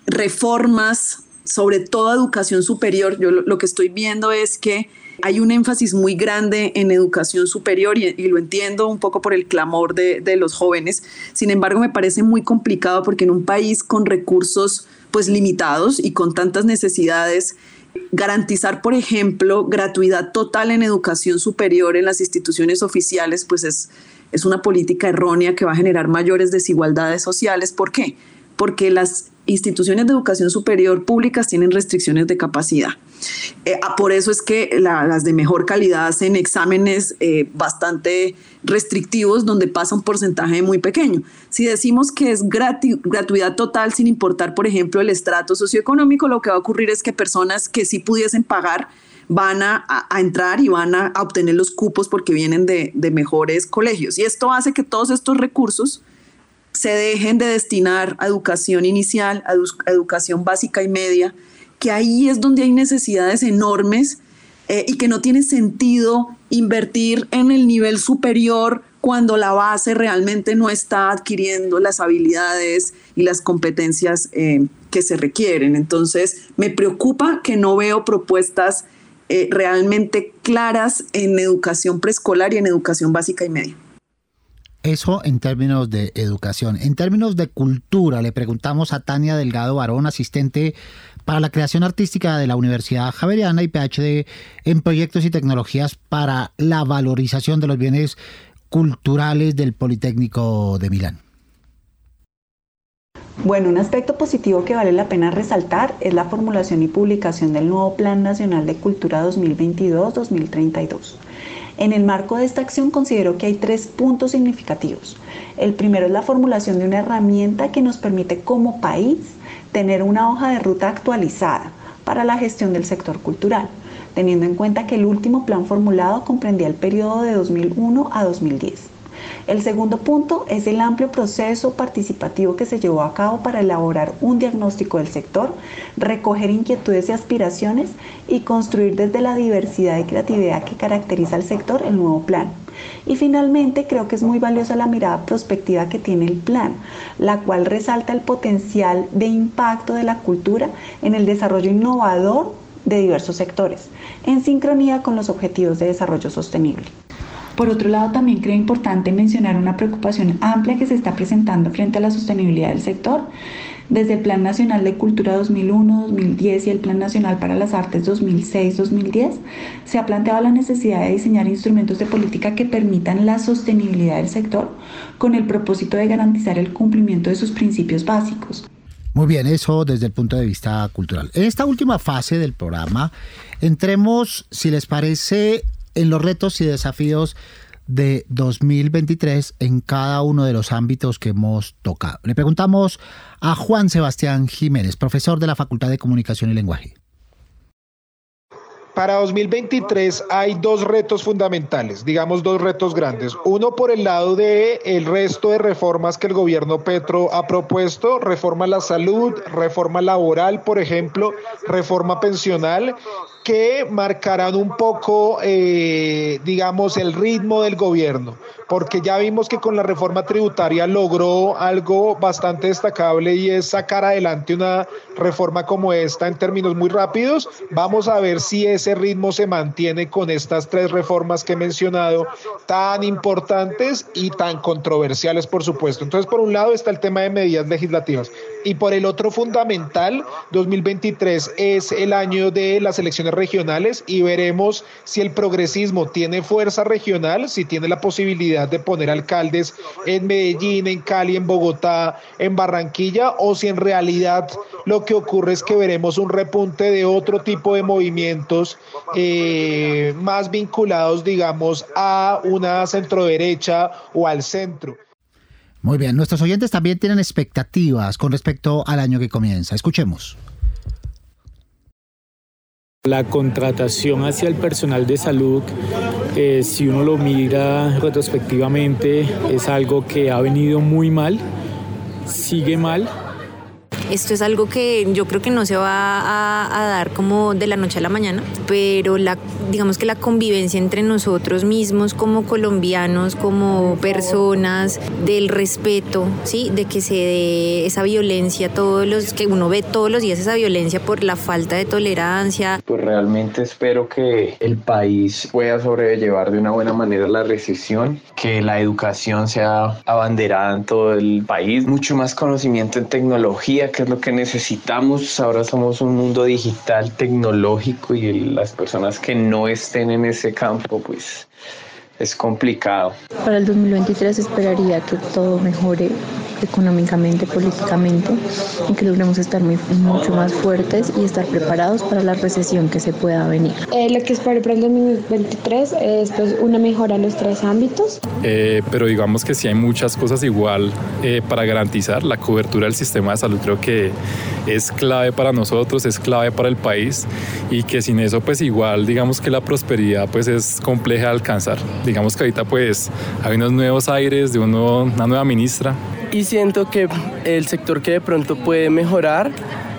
reformas sobre todo educación superior. Yo lo que estoy viendo es que hay un énfasis muy grande en educación superior y lo entiendo un poco por el clamor de los jóvenes. Sin embargo, me parece muy complicado porque en un país con recursos pues limitados y con tantas necesidades, garantizar, por ejemplo, gratuidad total en educación superior en las instituciones oficiales, pues es una política errónea que va a generar mayores desigualdades sociales. ¿Por qué? Porque las instituciones de educación superior públicas tienen restricciones de capacidad. Por eso es que las de mejor calidad hacen exámenes bastante restrictivos donde pasa un porcentaje muy pequeño. Si decimos que es gratuidad total sin importar, por ejemplo, el estrato socioeconómico, lo que va a ocurrir es que personas que sí pudiesen pagar van a entrar y van a obtener los cupos porque vienen de mejores colegios. Y esto hace que todos estos recursos se dejen de destinar a educación inicial, a educación básica y media, que ahí es donde hay necesidades enormes y que no tiene sentido invertir en el nivel superior cuando la base realmente no está adquiriendo las habilidades y las competencias que se requieren. Entonces, me preocupa que no veo propuestas realmente claras en educación preescolar y en educación básica y media. Eso en términos de educación. En términos de cultura, le preguntamos a Tania Delgado Barón, asistente para la creación artística de la Universidad Javeriana y PhD en proyectos y tecnologías para la valorización de los bienes culturales del Politécnico de Milán. Bueno, un aspecto positivo que vale la pena resaltar es la formulación y publicación del nuevo Plan Nacional de Cultura 2022-2032. En el marco de esta acción considero que hay 3 puntos significativos. El primero es la formulación de una herramienta que nos permite como país tener una hoja de ruta actualizada para la gestión del sector cultural, teniendo en cuenta que el último plan formulado comprendía el periodo de 2001 a 2010. El segundo punto es el amplio proceso participativo que se llevó a cabo para elaborar un diagnóstico del sector, recoger inquietudes y aspiraciones y construir desde la diversidad y creatividad que caracteriza al sector el nuevo plan. Y finalmente creo que es muy valiosa la mirada prospectiva que tiene el plan, la cual resalta el potencial de impacto de la cultura en el desarrollo innovador de diversos sectores, en sincronía con los objetivos de desarrollo sostenible. Por otro lado, también creo importante mencionar una preocupación amplia que se está presentando frente a la sostenibilidad del sector. Desde el Plan Nacional de Cultura 2001-2010 y el Plan Nacional para las Artes 2006-2010, se ha planteado la necesidad de diseñar instrumentos de política que permitan la sostenibilidad del sector con el propósito de garantizar el cumplimiento de sus principios básicos. Muy bien, eso desde el punto de vista cultural. En esta última fase del programa, entremos, si les parece, en los retos y desafíos de 2023 en cada uno de los ámbitos que hemos tocado. Le preguntamos a Juan Sebastián Jiménez, profesor de la Facultad de Comunicación y Lenguaje. Para 2023 hay 2 retos fundamentales, digamos 2 retos grandes. Uno por el lado del resto de reformas que el gobierno Petro ha propuesto, reforma a la salud, reforma laboral, por ejemplo, reforma pensional, que marcarán un poco, digamos, el ritmo del gobierno, porque ya vimos que con la reforma tributaria logró algo bastante destacable y es sacar adelante una reforma como esta en términos muy rápidos. Vamos a ver si ese ritmo se mantiene con estas 3 reformas que he mencionado, tan importantes y tan controversiales, por supuesto. Entonces, por un lado está el tema de medidas legislativas y por el otro fundamental, 2023 es el año de las elecciones regionales y veremos si el progresismo tiene fuerza regional, si tiene la posibilidad de poner alcaldes en Medellín, en Cali, en Bogotá, en Barranquilla, o si en realidad lo que ocurre es que veremos un repunte de otro tipo de movimientos más vinculados, digamos, a una centroderecha o al centro. Muy bien, nuestros oyentes también tienen expectativas con respecto al año que comienza. Escuchemos. La contratación hacia el personal de salud, si uno lo mira retrospectivamente, es algo que ha venido muy mal, sigue mal. Esto es algo que yo creo que no se va a dar como de la noche a la mañana, pero digamos que la convivencia entre nosotros mismos como colombianos, como personas, del respeto, ¿sí? De que se dé esa violencia, que uno ve todos los días esa violencia por la falta de tolerancia. Pues realmente espero que el país pueda sobrellevar de una buena manera la recesión, que la educación sea abanderada en todo el país, mucho más conocimiento en tecnología, que es lo que necesitamos. Ahora somos un mundo digital, tecnológico, y las personas que no estén en ese campo, pues es complicado. Para el 2023 esperaría que todo mejore económicamente, políticamente, y que logremos estar mucho más fuertes y estar preparados para la recesión que se pueda venir. Lo que espero para el 2023 es pues una mejora en los 3 ámbitos. Pero digamos que sí hay muchas cosas igual para garantizar la cobertura del sistema de salud. Creo que es clave para nosotros, es clave para el país, y que sin eso pues igual digamos que la prosperidad pues es compleja de alcanzar. Digamos que ahorita pues hay unos nuevos aires de una nueva ministra. Y siento que el sector que de pronto puede mejorar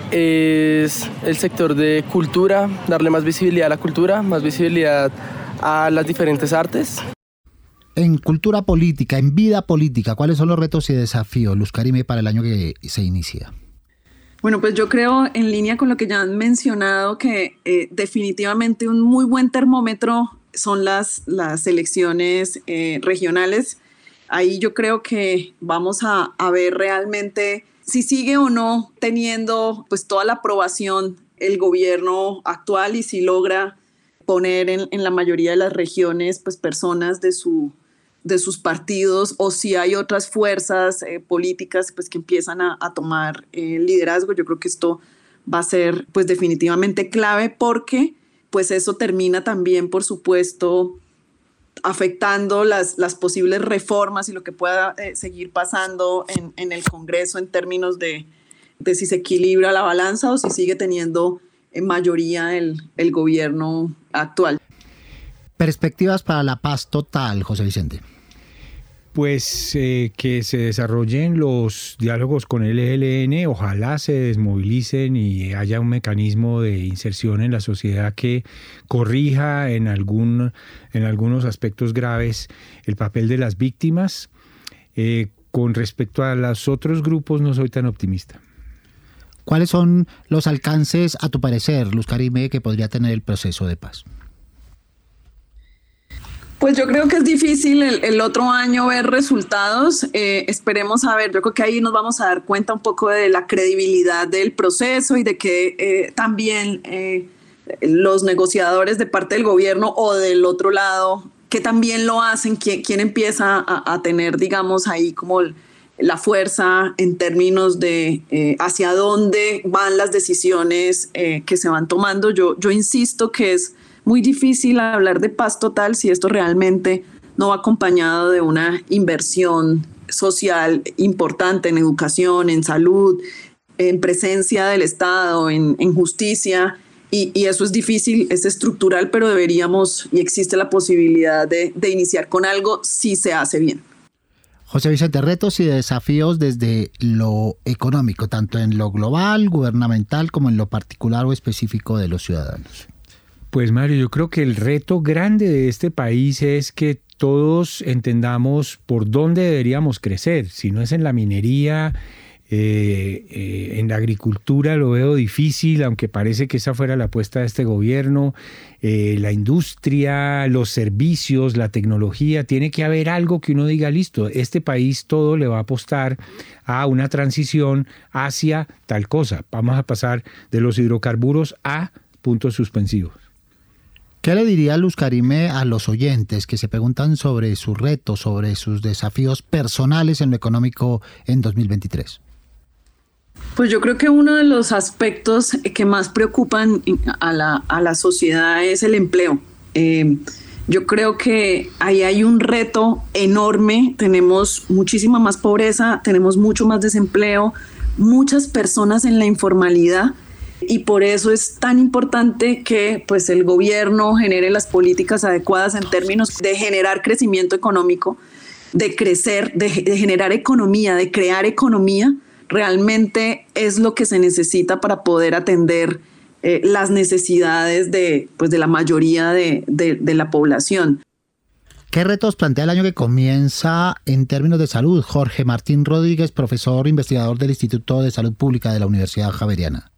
es el sector de cultura, darle más visibilidad a la cultura, más visibilidad a las diferentes artes. En cultura política, en vida política, ¿cuáles son los retos y desafíos, Luz Karime, para el año que se inicia? Bueno, pues yo creo, en línea con lo que ya han mencionado, que definitivamente un muy buen termómetro son las elecciones regionales. Ahí yo creo que vamos a ver realmente si sigue o no teniendo pues toda la aprobación el gobierno actual, y si logra poner en la mayoría de las regiones pues personas de sus partidos, o si hay otras fuerzas políticas pues que empiezan a tomar liderazgo. Yo creo que esto va a ser pues definitivamente clave, porque pues eso termina también, por supuesto, afectando las posibles reformas y lo que pueda seguir pasando en el Congreso en términos de si se equilibra la balanza o si sigue teniendo mayoría el gobierno actual. Perspectivas para la paz total, José Vicente. Pues que se desarrollen los diálogos con el ELN, ojalá se desmovilicen y haya un mecanismo de inserción en la sociedad que corrija en algunos aspectos graves el papel de las víctimas. Con respecto a los otros grupos no soy tan optimista. ¿Cuáles son los alcances, a tu parecer, Luz Karime, que podría tener el proceso de paz? Pues yo creo que es difícil el otro año ver resultados. Esperemos a ver, yo creo que ahí nos vamos a dar cuenta un poco de la credibilidad del proceso y de que también los negociadores de parte del gobierno o del otro lado, que también lo hacen, quién empieza a tener, digamos, ahí como la fuerza en términos de hacia dónde van las decisiones que se van tomando. Yo insisto que es muy difícil hablar de paz total si esto realmente no va acompañado de una inversión social importante en educación, en salud, en presencia del Estado, en justicia, y eso es difícil, es estructural, pero deberíamos, y existe la posibilidad de iniciar con algo si se hace bien. José Vicente, retos y desafíos desde lo económico, tanto en lo global, gubernamental, como en lo particular o específico de los ciudadanos. Pues Mario, yo creo que el reto grande de este país es que todos entendamos por dónde deberíamos crecer. Si no es en la minería, en la agricultura lo veo difícil, aunque parece que esa fuera la apuesta de este gobierno. La industria, los servicios, la tecnología, tiene que haber algo que uno diga, listo, este país todo le va a apostar a una transición hacia tal cosa. Vamos a pasar de los hidrocarburos a puntos suspensivos. ¿Qué le diría Luz Karime a los oyentes que se preguntan sobre sus retos, sobre sus desafíos personales en lo económico en 2023? Pues yo creo que uno de los aspectos que más preocupan a la sociedad es el empleo. Yo creo que ahí hay un reto enorme, tenemos muchísima más pobreza, tenemos mucho más desempleo, muchas personas en la informalidad, Y por eso es tan importante que pues, el gobierno genere las políticas adecuadas en términos de generar crecimiento económico, de crecer, de generar economía, de crear economía. Realmente es lo que se necesita para poder atender las necesidades de la mayoría de la población. ¿Qué retos plantea el año que comienza en términos de salud? Jorge Martín Rodríguez, profesor investigador del Instituto de Salud Pública de la Universidad Javeriana.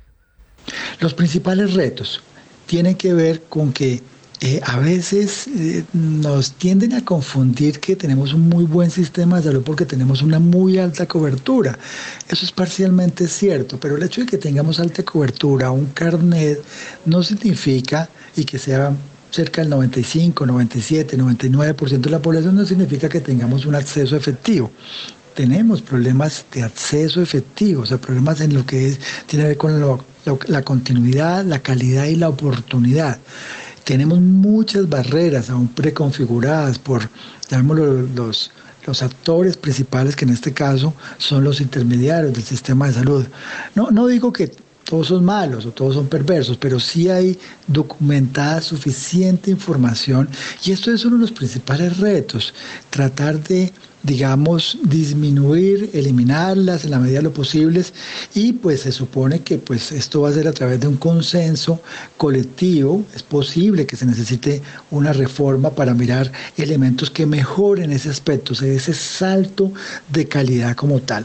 Los principales retos tienen que ver con que a veces nos tienden a confundir que tenemos un muy buen sistema de salud porque tenemos una muy alta cobertura. Eso es parcialmente cierto, pero el hecho de que tengamos alta cobertura, un carnet, no significa, y que sea cerca del 95, 97, 99% de la población, no significa que tengamos un acceso efectivo. Tenemos problemas de acceso efectivo, o sea, problemas en lo que tiene que ver con la continuidad, la calidad y la oportunidad. Tenemos muchas barreras aún preconfiguradas por, llamémoslo, los actores principales, que en este caso son los intermediarios del sistema de salud. No digo que todos son malos o todos son perversos, pero sí hay documentada suficiente información, y esto es uno de los principales retos, tratar de, digamos, disminuir, eliminarlas en la medida de lo posible, y pues se supone que pues esto va a ser a través de un consenso colectivo. Es posible que se necesite una reforma para mirar elementos que mejoren ese aspecto, o sea, ese salto de calidad como tal.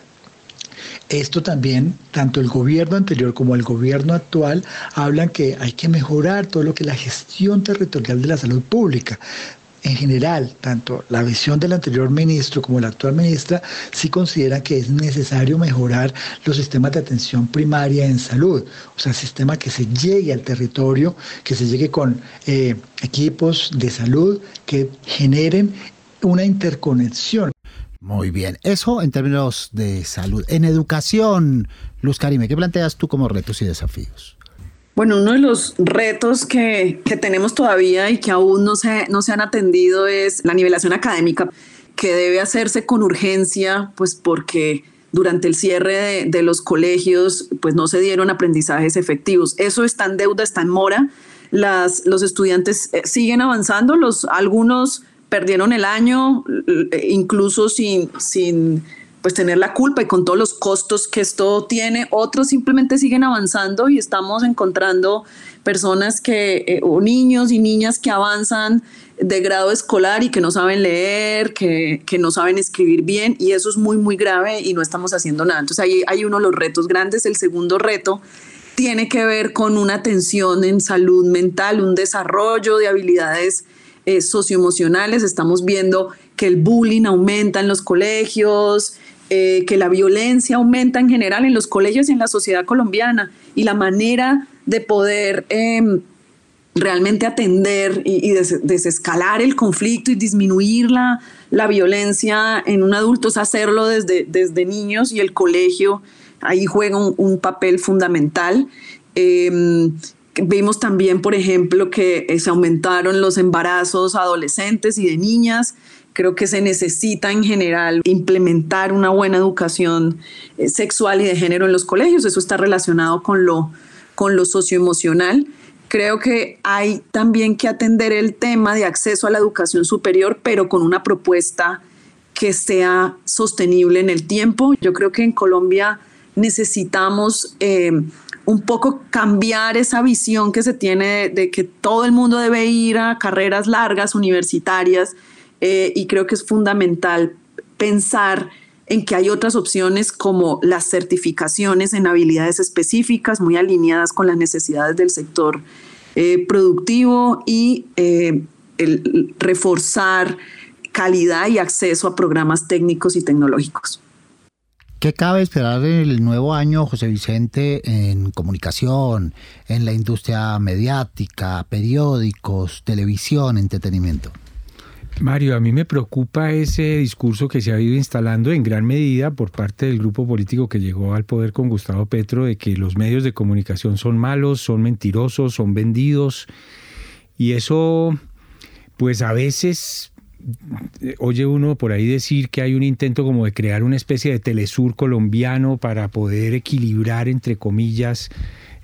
Esto también, tanto el gobierno anterior como el gobierno actual hablan que hay que mejorar todo lo que es la gestión territorial de la salud pública. En general, tanto la visión del anterior ministro como la actual ministra sí consideran que es necesario mejorar los sistemas de atención primaria en salud, o sea, sistema que se llegue al territorio, que se llegue con equipos de salud que generen una interconexión. Muy bien, eso en términos de salud. En educación, Luz Karime, ¿qué planteas tú como retos y desafíos? Bueno, uno de los retos que tenemos todavía y que aún no se han atendido es la nivelación académica, que debe hacerse con urgencia, pues porque durante el cierre de los colegios pues no se dieron aprendizajes efectivos. Eso está en deuda, está en mora. Los estudiantes siguen avanzando, algunos perdieron el año, incluso sin pues tener la culpa y con todos los costos que esto tiene. Otros simplemente siguen avanzando y estamos encontrando personas o niños y niñas que avanzan de grado escolar y que no saben leer, que no saben escribir bien, y eso es muy, muy grave y no estamos haciendo nada. Entonces ahí hay uno de los retos grandes. El segundo reto tiene que ver con una atención en salud mental, un desarrollo de habilidades socioemocionales. Estamos viendo que el bullying aumenta en los colegios, que la violencia aumenta en general en los colegios y en la sociedad colombiana, y la manera de poder realmente atender y desescalar el conflicto y disminuir la violencia en un adulto es hacerlo desde niños, y el colegio ahí juega un papel fundamental. Vimos también, por ejemplo, que se aumentaron los embarazos adolescentes y de niñas. Creo que se necesita en general implementar una buena educación sexual y de género en los colegios. Eso está relacionado con lo socioemocional. Creo que hay también que atender el tema de acceso a la educación superior, pero con una propuesta que sea sostenible en el tiempo. Yo creo que en Colombia necesitamos un poco cambiar esa visión que se tiene de que todo el mundo debe ir a carreras largas, universitarias, y creo que es fundamental pensar en que hay otras opciones como las certificaciones en habilidades específicas, muy alineadas con las necesidades del sector productivo, y el reforzar calidad y acceso a programas técnicos y tecnológicos. ¿Qué cabe esperar en el nuevo año, José Vicente, en comunicación, en la industria mediática, periódicos, televisión, entretenimiento? Mario, a mí me preocupa ese discurso que se ha ido instalando en gran medida por parte del grupo político que llegó al poder con Gustavo Petro, de que los medios de comunicación son malos, son mentirosos, son vendidos, y eso pues a veces oye uno por ahí decir que hay un intento como de crear una especie de Telesur colombiano para poder equilibrar, entre comillas,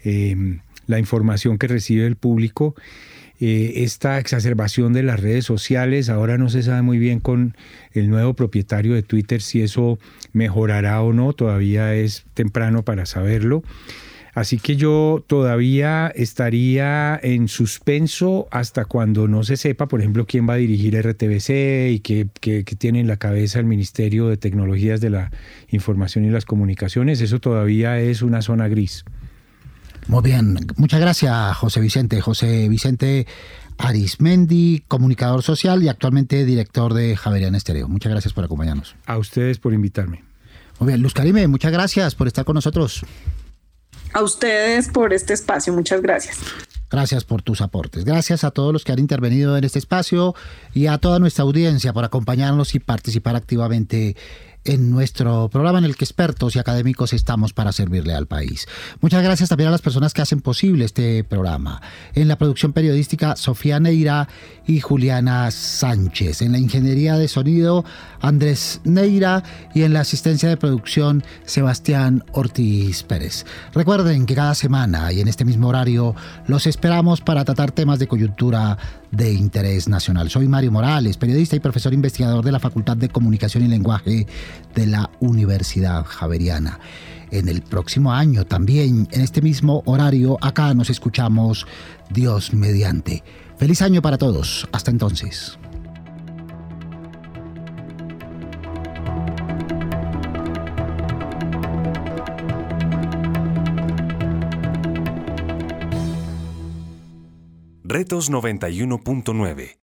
la información que recibe el público. Esta exacerbación de las redes sociales, ahora no se sabe muy bien con el nuevo propietario de Twitter si eso mejorará o no, todavía es temprano para saberlo. Así que yo todavía estaría en suspenso hasta cuando no se sepa, por ejemplo, quién va a dirigir RTBC y qué tiene en la cabeza el Ministerio de Tecnologías de la Información y las Comunicaciones. Eso todavía es una zona gris. Muy bien, muchas gracias, José Vicente. José Vicente Arismendi, comunicador social y actualmente director de Javeriana Estéreo. Muchas gracias por acompañarnos. A ustedes por invitarme. Muy bien, Luz Karime, muchas gracias por estar con nosotros. A ustedes por este espacio, muchas gracias. Gracias por tus aportes. Gracias a todos los que han intervenido en este espacio y a toda nuestra audiencia por acompañarnos y participar activamente en nuestro programa en el que expertos y académicos estamos para servirle al país. Muchas gracias también a las personas que hacen posible este programa. En la producción periodística, Sofía Neira y Juliana Sánchez. En la ingeniería de sonido, Andrés Neira. Y en la asistencia de producción, Sebastián Ortiz Pérez. Recuerden que cada semana y en este mismo horario los esperamos para tratar temas de coyuntura de interés nacional. Soy Mario Morales, periodista y profesor investigador de la Facultad de Comunicación y Lenguaje de la Universidad Javeriana. En el próximo año también, en este mismo horario, acá nos escuchamos Dios mediante. Feliz año para todos. Hasta entonces. Retos 91.9